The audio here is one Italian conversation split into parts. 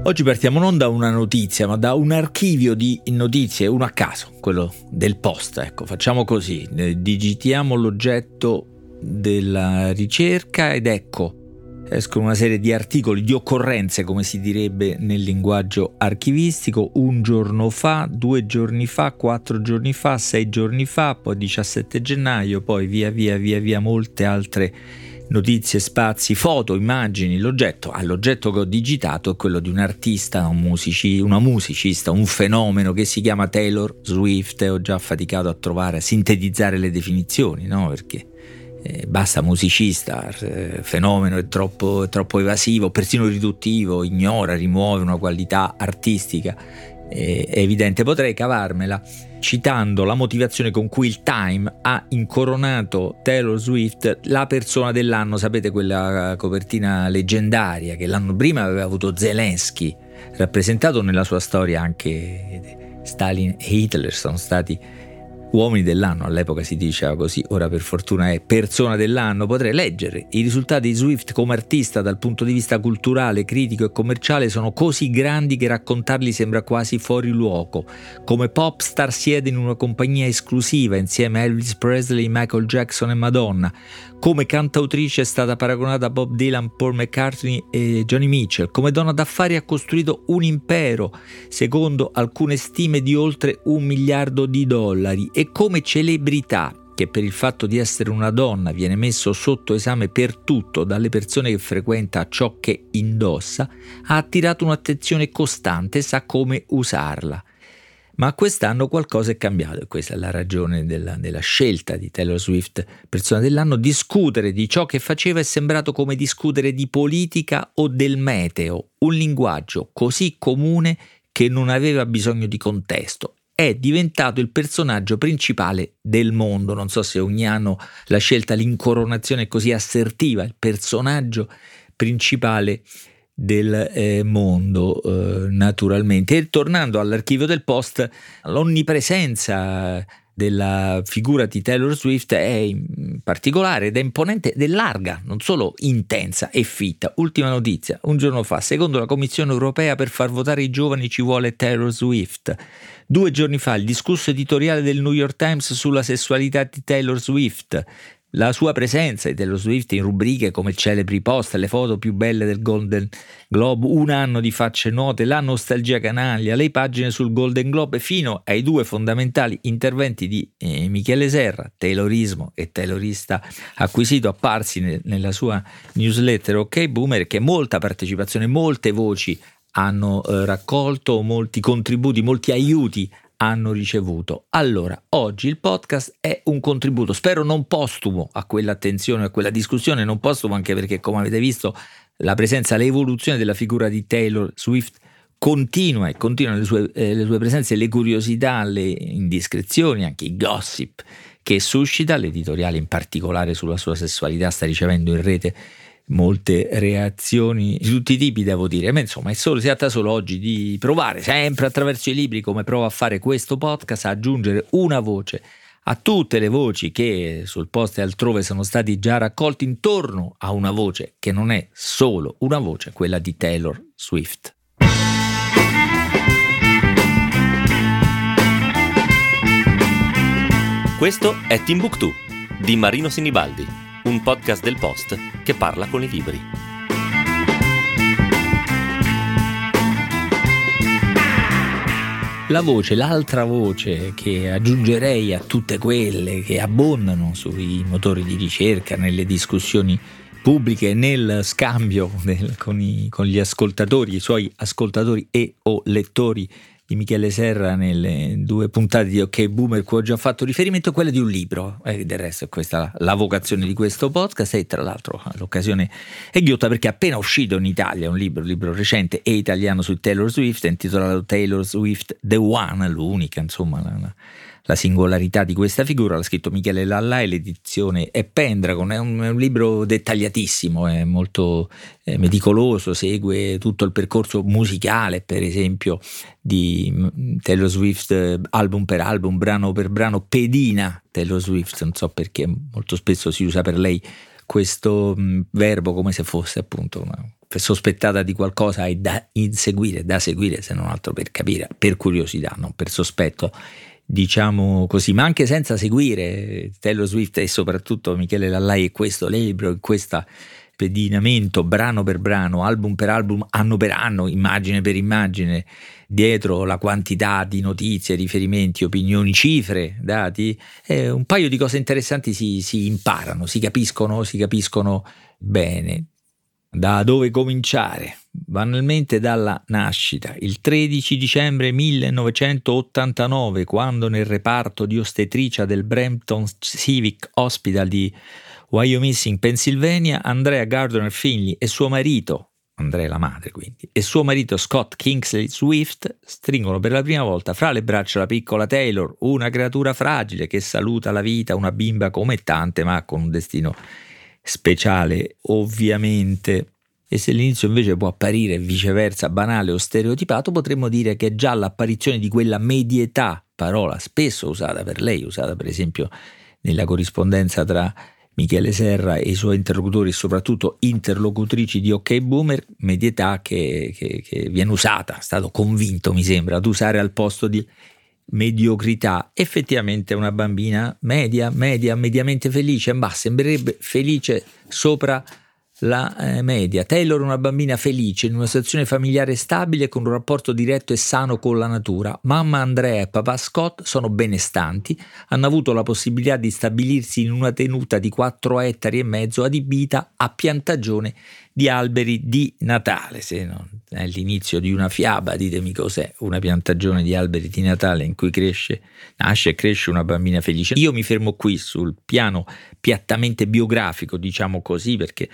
Oggi partiamo non da una notizia, ma da un archivio di notizie, uno a caso, quello del Post. Ecco, facciamo così, digitiamo l'oggetto della ricerca ed ecco, escono una serie di articoli, di occorrenze, come si direbbe nel linguaggio archivistico, 1 giorno fa, 2 giorni fa, 4 giorni fa, 6 giorni fa, poi 17 gennaio, poi via molte altre notizie, spazi, foto, immagini. L'oggetto che ho digitato è quello di un artista, una musicista, un fenomeno che si chiama Taylor Swift. Ho già faticato a sintetizzare le definizioni, no? Perché basta musicista, fenomeno è troppo evasivo, persino riduttivo, ignora, rimuove una qualità artistica. È evidente, potrei cavarmela citando la motivazione con cui il Time ha incoronato Taylor Swift la persona dell'anno. Sapete, quella copertina leggendaria che l'anno prima aveva avuto Zelensky, rappresentato nella sua storia. Anche Stalin e Hitler sono stati uomini dell'anno, all'epoca si diceva così, ora per fortuna è persona dell'anno. Potrei leggere: i risultati di Swift come artista dal punto di vista culturale, critico e commerciale sono così grandi che raccontarli sembra quasi fuori luogo. Come pop star siede in una compagnia esclusiva insieme a Elvis Presley, Michael Jackson e Madonna. Come cantautrice è stata paragonata a Bob Dylan, Paul McCartney e Joni Mitchell. Come donna d'affari ha costruito un impero, secondo alcune stime di oltre $1 miliardo. E come celebrità, che per il fatto di essere una donna viene messo sotto esame per tutto dalle persone che frequenta a ciò che indossa, ha attirato un'attenzione costante e sa come usarla. Ma quest'anno qualcosa è cambiato e questa è la ragione della scelta di Taylor Swift, persona dell'anno. Discutere di ciò che faceva è sembrato come discutere di politica o del meteo, un linguaggio così comune che non aveva bisogno di contesto. È diventato il personaggio principale del mondo. Non so se ogni anno la scelta, l'incoronazione è così assertiva, il personaggio principale del mondo, naturalmente. E tornando all'archivio del Post, l'onnipresenza della figura di Taylor Swift è particolare ed è imponente ed è larga, non solo intensa e fitta. Ultima notizia, 1 giorno fa, secondo la Commissione Europea, per far votare i giovani ci vuole Taylor Swift. 2 giorni fa il discorso editoriale del New York Times sulla sessualità di Taylor Swift. La sua presenza di Taylor Swift in rubriche come celebri post, le foto più belle del Golden Globe, 1 anno di facce note, la nostalgia canaglia, le pagine sul Golden Globe, fino ai 2 fondamentali interventi di Michele Serra, Taylorismo e taylorista acquisito, apparsi nella sua newsletter OK Boomer, che molta partecipazione, molte voci hanno raccolto, molti contributi, molti aiuti hanno ricevuto. Allora, oggi il podcast è un contributo, spero non postumo, a quell'attenzione, a quella discussione, non postumo anche perché, come avete visto, la presenza, l'evoluzione della figura di Taylor Swift continua le sue presenze, le curiosità, le indiscrezioni, anche i gossip che suscita. L'editoriale, in particolare sulla sua sessualità, sta ricevendo in rete molte reazioni di tutti i tipi, devo dire, ma insomma si tratta solo oggi di provare, sempre attraverso i libri, come provo a fare questo podcast, a aggiungere una voce a tutte le voci che sul Post e altrove sono stati già raccolti intorno a una voce che non è solo una voce, quella di Taylor Swift. Questo è Timbuktu di Marino Sinibaldi, un podcast del Post che parla con i libri. L'altra voce che aggiungerei a tutte quelle che abbondano sui motori di ricerca, nelle discussioni pubbliche, nel scambio con gli ascoltatori, i suoi ascoltatori e o lettori, di Michele Serra nelle 2 puntate di OK Boomer, cui ho già fatto riferimento, quella di un libro. Del resto è questa la vocazione di questo podcast, e tra l'altro l'occasione è ghiotta perché è appena uscito in Italia un libro recente e italiano su Taylor Swift, intitolato Taylor Swift The One, l'unica, insomma la singolarità di questa figura. L'ha scritto Michele Lalla e l'edizione è Pendragon. È un libro dettagliatissimo, è molto meticoloso, segue tutto il percorso musicale, per esempio, di Taylor Swift, album per album, brano per brano, pedina Taylor Swift, non so perché molto spesso si usa per lei questo verbo come se fosse appunto sospettata di qualcosa è da inseguire, da seguire, se non altro per capire, per curiosità, non per sospetto, diciamo così, ma anche senza seguire Taylor Swift e soprattutto Michele Lallai e questo libro, in questo pedinamento, brano per brano, album per album, anno per anno, immagine per immagine, dietro la quantità di notizie, riferimenti, opinioni, cifre, dati, un paio di cose interessanti si imparano, si capiscono bene. Da dove cominciare? Banalmente dalla nascita, il 13 dicembre 1989, quando nel reparto di ostetricia del Brampton Civic Hospital di Wyomissing, Pennsylvania, Andrea Gardner Finley e suo marito, Andrea la madre quindi, e suo marito Scott Kingsley Swift stringono per la prima volta fra le braccia la piccola Taylor, una creatura fragile che saluta la vita, una bimba come tante ma con un destino speciale ovviamente. E se l'inizio invece può apparire viceversa banale o stereotipato, potremmo dire che già l'apparizione di quella medietà, parola spesso usata per lei, usata per esempio nella corrispondenza tra Michele Serra e i suoi interlocutori e soprattutto interlocutrici di OK Boomer, medietà che viene usata, è stato convinto mi sembra ad usare al posto di mediocrità. Effettivamente una bambina mediamente felice, ma sembrerebbe felice sopra la media. Taylor è una bambina felice in una situazione familiare stabile con un rapporto diretto e sano con la natura. Mamma Andrea e papà Scott sono benestanti, hanno avuto la possibilità di stabilirsi in una tenuta di 4,5 ettari adibita a piantagione di alberi di Natale. Se non è l'inizio di una fiaba, ditemi cos'è una piantagione di alberi di Natale in cui nasce e cresce una bambina felice. Io mi fermo qui sul piano piattamente biografico, diciamo così, perché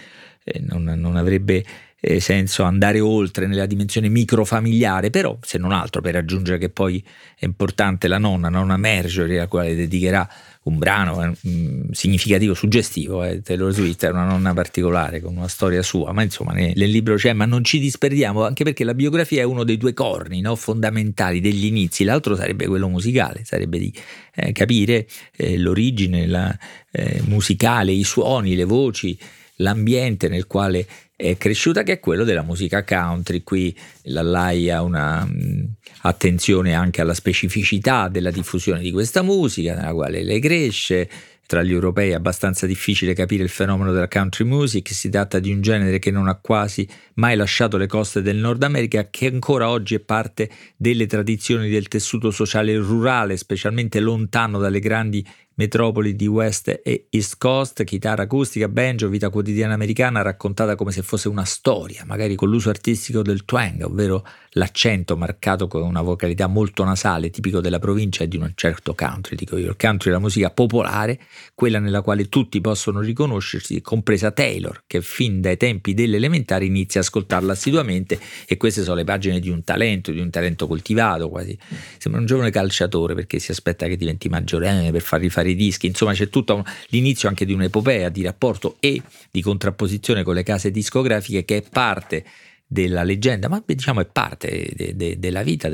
non avrebbe senso andare oltre nella dimensione microfamiliare, però se non altro per aggiungere che poi è importante la nonna Marjorie, a quale dedicherà un brano significativo, suggestivo. Taylor Swift è una nonna particolare con una storia sua, ma insomma nel libro c'è, ma non ci disperdiamo, anche perché la biografia è uno dei due corni, no, fondamentali degli inizi. L'altro sarebbe quello musicale, sarebbe di capire l'origine musicale, i suoni, le voci, l'ambiente nel quale è cresciuta, che è quello della musica country. Qui Lallai ha una attenzione anche alla specificità della diffusione di questa musica nella quale lei cresce. Tra gli europei è abbastanza difficile capire il fenomeno della country music, si tratta di un genere che non ha quasi mai lasciato le coste del Nord America, che ancora oggi è parte delle tradizioni del tessuto sociale rurale, specialmente lontano dalle grandi metropoli di West e East Coast. Chitarra acustica, banjo, vita quotidiana americana raccontata come se fosse una storia, magari con l'uso artistico del twang, ovvero l'accento marcato con una vocalità molto nasale, tipico della provincia e di un certo country. Dico io, il country è la musica popolare, quella nella quale tutti possono riconoscersi, compresa Taylor, che fin dai tempi delle elementari inizia a ascoltarla assiduamente, e queste sono le pagine di un talento coltivato, quasi sembra un giovane calciatore perché si aspetta che diventi maggiorenne per far rifare i dischi. Insomma, c'è tutto l'inizio anche di un'epopea di rapporto e di contrapposizione con le case discografiche, che è parte della leggenda, ma diciamo è parte della vita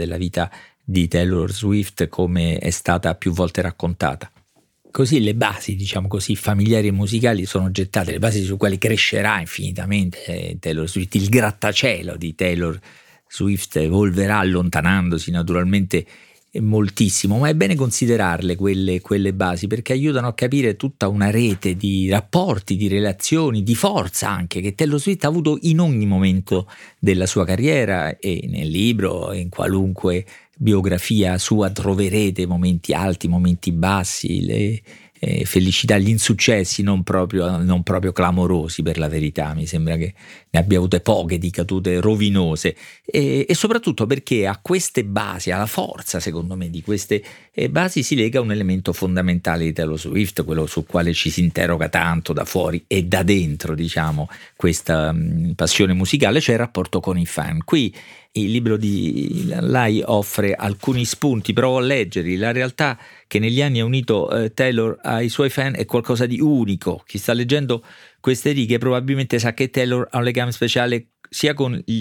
di Taylor Swift, come è stata più volte raccontata. Così le basi, diciamo così, familiari e musicali sono gettate, le basi su quali crescerà infinitamente Taylor Swift. Il grattacielo di Taylor Swift evolverà allontanandosi naturalmente moltissimo, ma è bene considerarle quelle basi, perché aiutano a capire tutta una rete di rapporti, di relazioni, di forza anche che Taylor Swift ha avuto in ogni momento della sua carriera, e nel libro, in qualunque biografia sua, troverete momenti alti, momenti bassi, le felicità, gli insuccessi non proprio clamorosi, per la verità. Mi sembra che ne abbia avute poche di cadute rovinose, e soprattutto perché a queste basi, alla forza secondo me di queste basi, si lega un elemento fondamentale di Taylor Swift, quello sul quale ci si interroga tanto da fuori e da dentro, diciamo, questa passione musicale, cioè il rapporto con i fan. Qui il libro di Lallai offre alcuni spunti, provo a leggerli. La realtà che negli anni ha unito Taylor ai suoi fan è qualcosa di unico. Chi sta leggendo queste righe probabilmente sa che Taylor ha un legame speciale sia con gli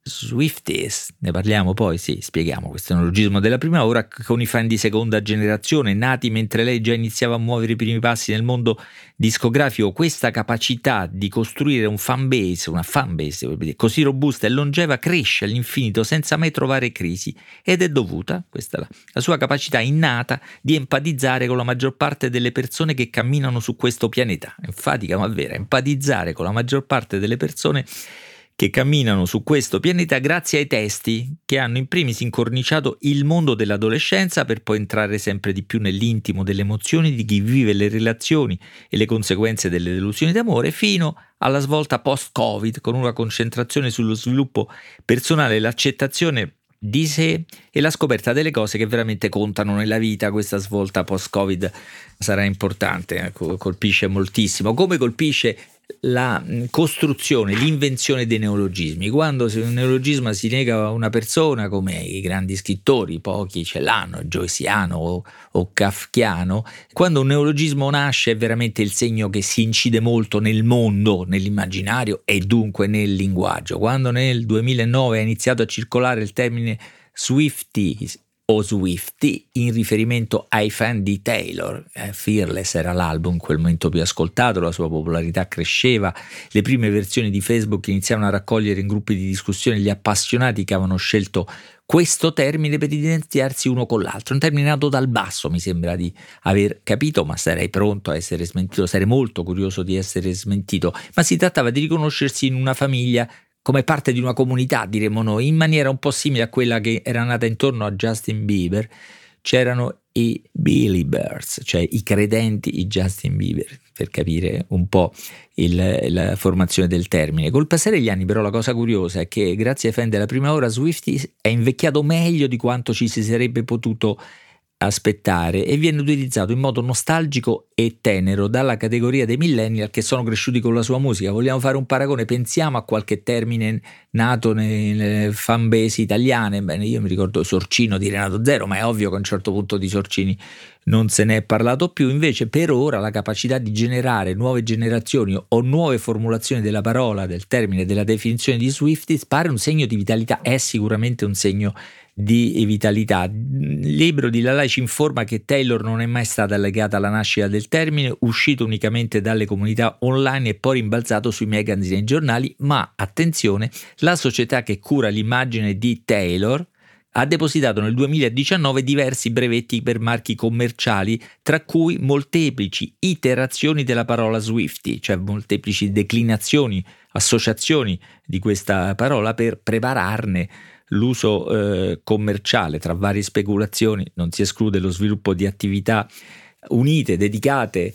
Swifties, ne parliamo poi, sì, spieghiamo questo neologismo della prima ora, con i fan di seconda generazione nati mentre lei già iniziava a muovere i primi passi nel mondo discografico. Questa capacità di costruire una fanbase così robusta e longeva cresce all'infinito senza mai trovare crisi, ed è dovuta, questa è la sua capacità innata di empatizzare con la maggior parte delle persone che camminano su questo pianeta. Enfatica ma vera, empatizzare con la maggior parte delle persone che camminano su questo pianeta grazie ai testi che hanno in primis incorniciato il mondo dell'adolescenza, per poi entrare sempre di più nell'intimo delle emozioni di chi vive le relazioni e le conseguenze delle delusioni d'amore, fino alla svolta post-Covid, con una concentrazione sullo sviluppo personale, l'accettazione di sé e la scoperta delle cose che veramente contano nella vita. Questa svolta post-Covid sarà importante, colpisce moltissimo, come colpisce la costruzione, l'invenzione dei neologismi. Quando un neologismo si nega a una persona, come i grandi scrittori, pochi ce l'hanno, joyciano o kafkiano, quando un neologismo nasce è veramente il segno che si incide molto nel mondo, nell'immaginario e dunque nel linguaggio. Quando nel 2009 è iniziato a circolare il termine Swifties o Swiftie in riferimento ai fan di Taylor, Fearless era l'album in quel momento più ascoltato, la sua popolarità cresceva, le prime versioni di Facebook iniziavano a raccogliere in gruppi di discussione gli appassionati che avevano scelto questo termine per identificarsi uno con l'altro, un termine nato dal basso, mi sembra di aver capito, ma sarei pronto a essere smentito, sarei molto curioso di essere smentito, ma si trattava di riconoscersi in una famiglia come parte di una comunità, diremmo noi, in maniera un po' simile a quella che era nata intorno a Justin Bieber. C'erano i Beliebers, cioè i credenti di Justin Bieber, per capire un po' la formazione del termine. Col passare degli anni però la cosa curiosa è che grazie ai fan della prima ora Swiftie è invecchiato meglio di quanto ci si sarebbe potuto aspettare e viene utilizzato in modo nostalgico e tenero dalla categoria dei millennial che sono cresciuti con la sua musica. Vogliamo fare un paragone? Pensiamo a qualche termine nato nelle fanbase italiane. Bene, io mi ricordo Sorcino di Renato Zero, ma è ovvio che a un certo punto di Sorcini non se ne è parlato più. Invece per ora la capacità di generare nuove generazioni o nuove formulazioni della parola, del termine, della definizione di Swifties pare un segno di vitalità, è sicuramente un segno di vitalità. Il libro di Lalai ci informa che Taylor non è mai stata legata alla nascita del termine, uscito unicamente dalle comunità online e poi rimbalzato sui magazine e giornali, ma attenzione, la società che cura l'immagine di Taylor ha depositato nel 2019 diversi brevetti per marchi commerciali, tra cui molteplici iterazioni della parola Swiftie, cioè molteplici declinazioni, associazioni di questa parola per prepararne l'uso commerciale. Tra varie speculazioni non si esclude lo sviluppo di attività unite, dedicate,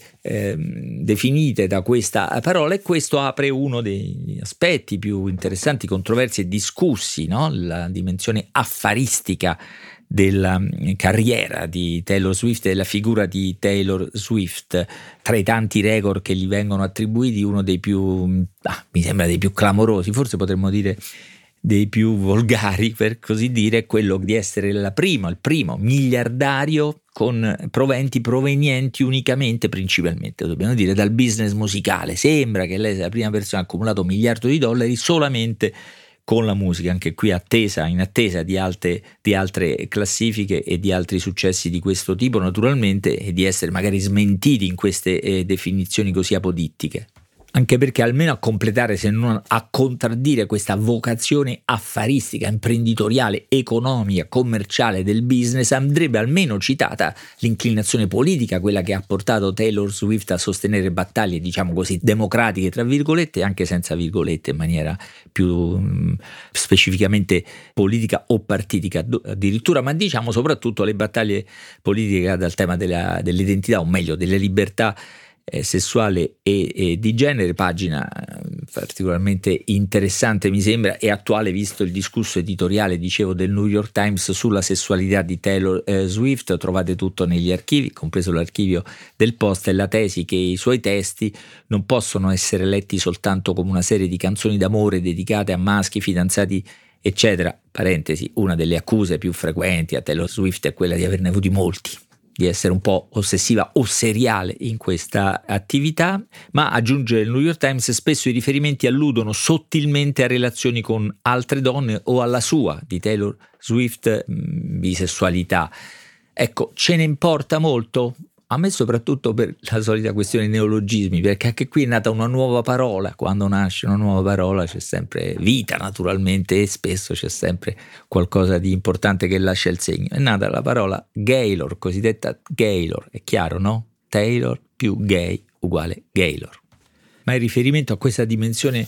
definite da questa parola, e questo apre uno degli aspetti più interessanti, controversi e discussi, no? La dimensione affaristica della carriera di Taylor Swift e della figura di Taylor Swift. Tra i tanti record che gli vengono attribuiti, uno dei più, mi sembra dei più clamorosi, forse potremmo dire dei più volgari per così dire, è quello di essere il primo miliardario con proventi provenienti unicamente, principalmente dobbiamo dire, dal business musicale. Sembra che lei sia la prima persona che ha accumulato $1 miliardo solamente con la musica, anche qui in attesa di altre classifiche e di altri successi di questo tipo, naturalmente, e di essere magari smentiti in queste definizioni così apodittiche. Anche perché almeno a completare, se non a contraddire questa vocazione affaristica, imprenditoriale, economica, commerciale del business, andrebbe almeno citata l'inclinazione politica, quella che ha portato Taylor Swift a sostenere battaglie, diciamo così, democratiche, tra virgolette, anche senza virgolette, in maniera più specificamente politica o partitica addirittura, ma diciamo soprattutto le battaglie politiche dal tema dell'identità, o meglio delle libertà sessuale e di genere. Pagina particolarmente interessante, mi sembra, e attuale, visto il discusso editoriale, dicevo, del New York Times sulla sessualità di Taylor Swift. Trovate tutto negli archivi, compreso l'archivio del Post, e la tesi che i suoi testi non possono essere letti soltanto come una serie di canzoni d'amore dedicate a maschi, fidanzati, eccetera. Parentesi, una delle accuse più frequenti a Taylor Swift è quella di averne avuti molti. di essere un po' ossessiva o seriale in questa attività, ma aggiunge il New York Times, spesso i riferimenti alludono sottilmente a relazioni con altre donne o alla sua, di Taylor Swift, bisessualità. Ecco, ce ne importa molto? A me soprattutto per la solita questione neologismi, perché anche qui è nata una nuova parola. Quando nasce una nuova parola c'è sempre vita, naturalmente, e spesso c'è sempre qualcosa di importante che lascia il segno. È nata la parola Gaylor, cosiddetta Gaylor, è chiaro, no? Taylor più gay uguale Gaylor. Ma il riferimento a questa dimensione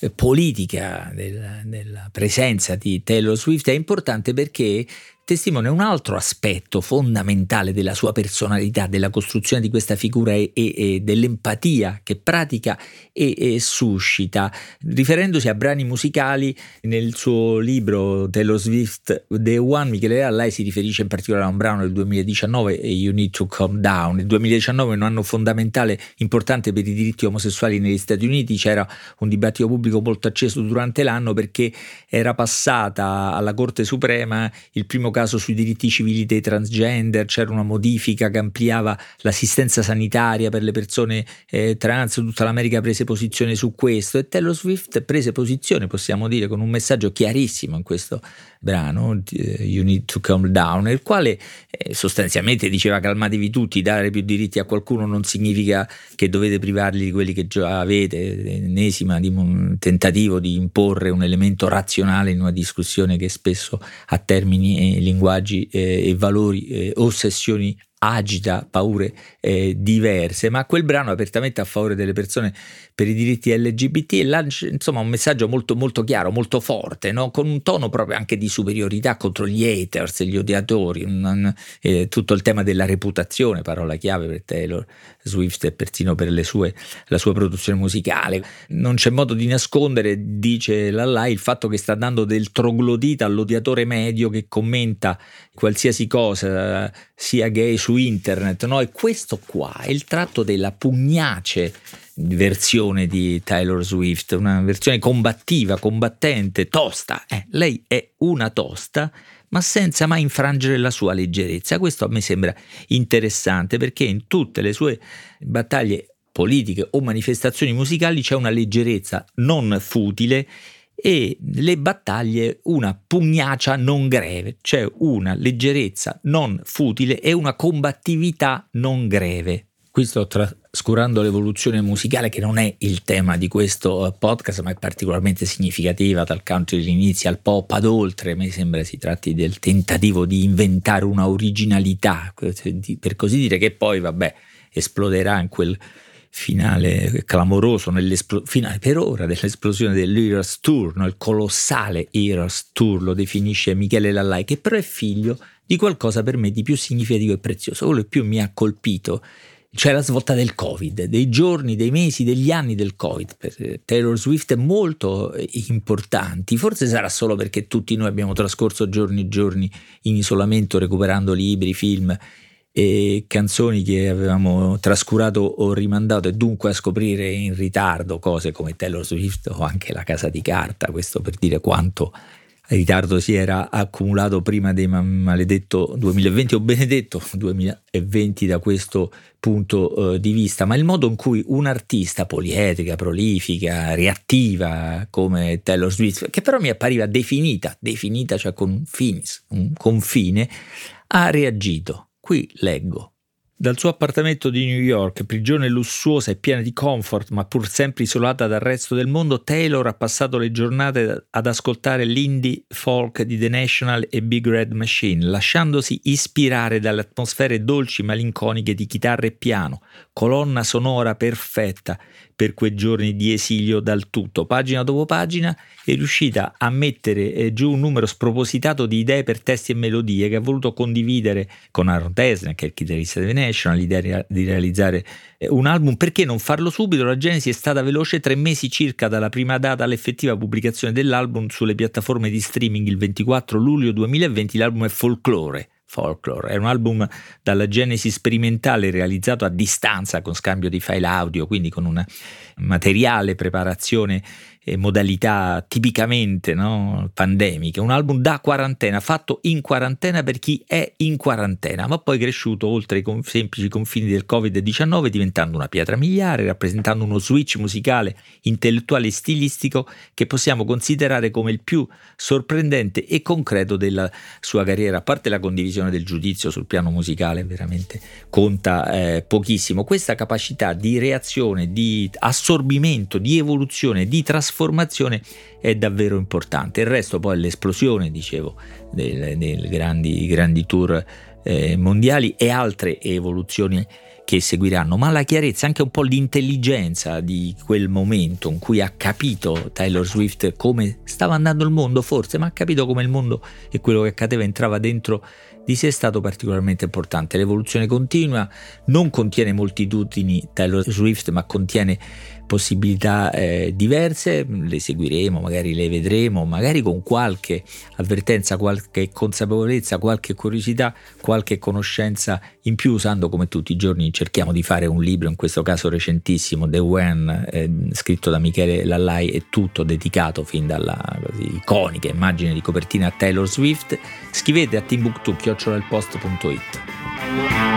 politica della presenza di Taylor Swift è importante perché testimonia un altro aspetto fondamentale della sua personalità, della costruzione di questa figura e dell'empatia che pratica e suscita. Riferendosi a brani musicali, nel suo libro Taylor Swift The One, Michele Leal, lei si riferisce in particolare a un brano del 2019, You Need to Calm Down. Il 2019 è un anno fondamentale, importante per i diritti omosessuali negli Stati Uniti. C'era un dibattito pubblico molto acceso durante l'anno perché era passata alla Corte Suprema il primo caso sui diritti civili dei transgender, c'era una modifica che ampliava l'assistenza sanitaria per le persone trans, tutta l'America prese posizione su questo e Taylor Swift prese posizione, possiamo dire, con un messaggio chiarissimo in questo brano, You Need to Calm Down, nel quale sostanzialmente diceva: calmatevi tutti, dare più diritti a qualcuno non significa che dovete privarli di quelli che già avete, ennesima di tentativo di imporre un elemento razionale in una discussione che spesso ha termini linguaggi e valori, ossessioni agita, paure diverse, ma quel brano è apertamente a favore delle persone per i diritti LGBT e lancia insomma un messaggio molto molto chiaro, molto forte, no? Con un tono proprio anche di superiorità contro gli haters, gli odiatori, tutto il tema della reputazione, parola chiave per Taylor Swift e persino per la sua produzione musicale. Non c'è modo di nascondere, dice Lallai, il fatto che sta dando del troglodita all'odiatore medio che commenta qualsiasi cosa, sia gay su internet, no? E questo qua è il tratto della pugnace versione di Taylor Swift, una versione combattiva, combattente, tosta. Lei è una tosta, ma senza mai infrangere la sua leggerezza. Questo a me sembra interessante perché in tutte le sue battaglie politiche o manifestazioni musicali c'è una leggerezza non futile e le battaglie una pugnacia non greve, c'è una leggerezza non futile e una combattività non greve. Qui sto trascurando l'evoluzione musicale che non è il tema di questo podcast, ma è particolarmente significativa, dal country all'inizio al pop ad oltre. A me sembra si tratti del tentativo di inventare una originalità, per così dire, che poi esploderà in quel finale clamoroso, finale per ora dell'esplosione dell'Eras Tour, no? Il colossale Eras Tour, lo definisce Michele Lallai, che però è figlio di qualcosa per me di più significativo e prezioso. Quello che più mi ha colpito, cioè la svolta del Covid, dei giorni, dei mesi, degli anni del Covid per Taylor Swift molto importanti. Forse sarà solo perché tutti noi abbiamo trascorso giorni in isolamento recuperando libri, film e canzoni che avevamo trascurato o rimandato, e dunque a scoprire in ritardo cose come Taylor Swift o anche La Casa di Carta. Questo per dire quanto ritardo si era accumulato prima del maledetto 2020 o benedetto 2020 da questo punto di vista. Ma il modo in cui un'artista poliedrica, prolifica, reattiva come Taylor Swift, che però mi appariva definita cioè con un confine, ha reagito. Qui leggo: dal suo appartamento di New York, prigione lussuosa e piena di comfort, ma pur sempre isolata dal resto del mondo, Taylor ha passato le giornate ad ascoltare l'indie folk di The National e Big Red Machine, lasciandosi ispirare dalle atmosfere dolci malinconiche di chitarra e piano, colonna sonora perfetta per quei giorni di esilio dal tutto. Pagina dopo pagina è riuscita a mettere giù un numero spropositato di idee per testi e melodie che ha voluto condividere con Aaron Dessner, che è il chitarrista di The National, l'idea di realizzare un album. Perché non farlo subito? La genesi è stata veloce, 3 mesi circa dalla prima data all'effettiva pubblicazione dell'album sulle piattaforme di streaming il 24 luglio 2020. L'album è Folklore, è un album dalla genesi sperimentale realizzato a distanza con scambio di file audio, quindi con una materiale preparazione modalità tipicamente, no, pandemiche, un album da quarantena, fatto in quarantena per chi è in quarantena, ma poi cresciuto oltre i semplici confini del Covid-19, diventando una pietra miliare, rappresentando uno switch musicale, intellettuale e stilistico che possiamo considerare come il più sorprendente e concreto della sua carriera. A parte la condivisione del giudizio sul piano musicale, veramente conta pochissimo. Questa capacità di reazione, di assorbimento, di evoluzione, di trasformazione è davvero importante. Il resto poi è l'esplosione, dicevo, dei grandi tour mondiali e altre evoluzioni che seguiranno, ma la chiarezza, anche un po' l'intelligenza di quel momento in cui ha capito Taylor Swift come stava andando il mondo, forse, ma ha capito come il mondo e quello che accadeva entrava dentro di sé, è stato particolarmente importante. L'evoluzione continua, non contiene moltitudini Taylor Swift, ma contiene possibilità diverse, le seguiremo, magari le vedremo, magari con qualche avvertenza, qualche consapevolezza, qualche curiosità, qualche conoscenza in più, usando come tutti i giorni cerchiamo di fare un libro, in questo caso recentissimo, The When, scritto da Michele Lallai, e tutto dedicato fin dalla così iconica immagine di copertina a Taylor Swift. Scrivete a timbuktu@ilpost.it.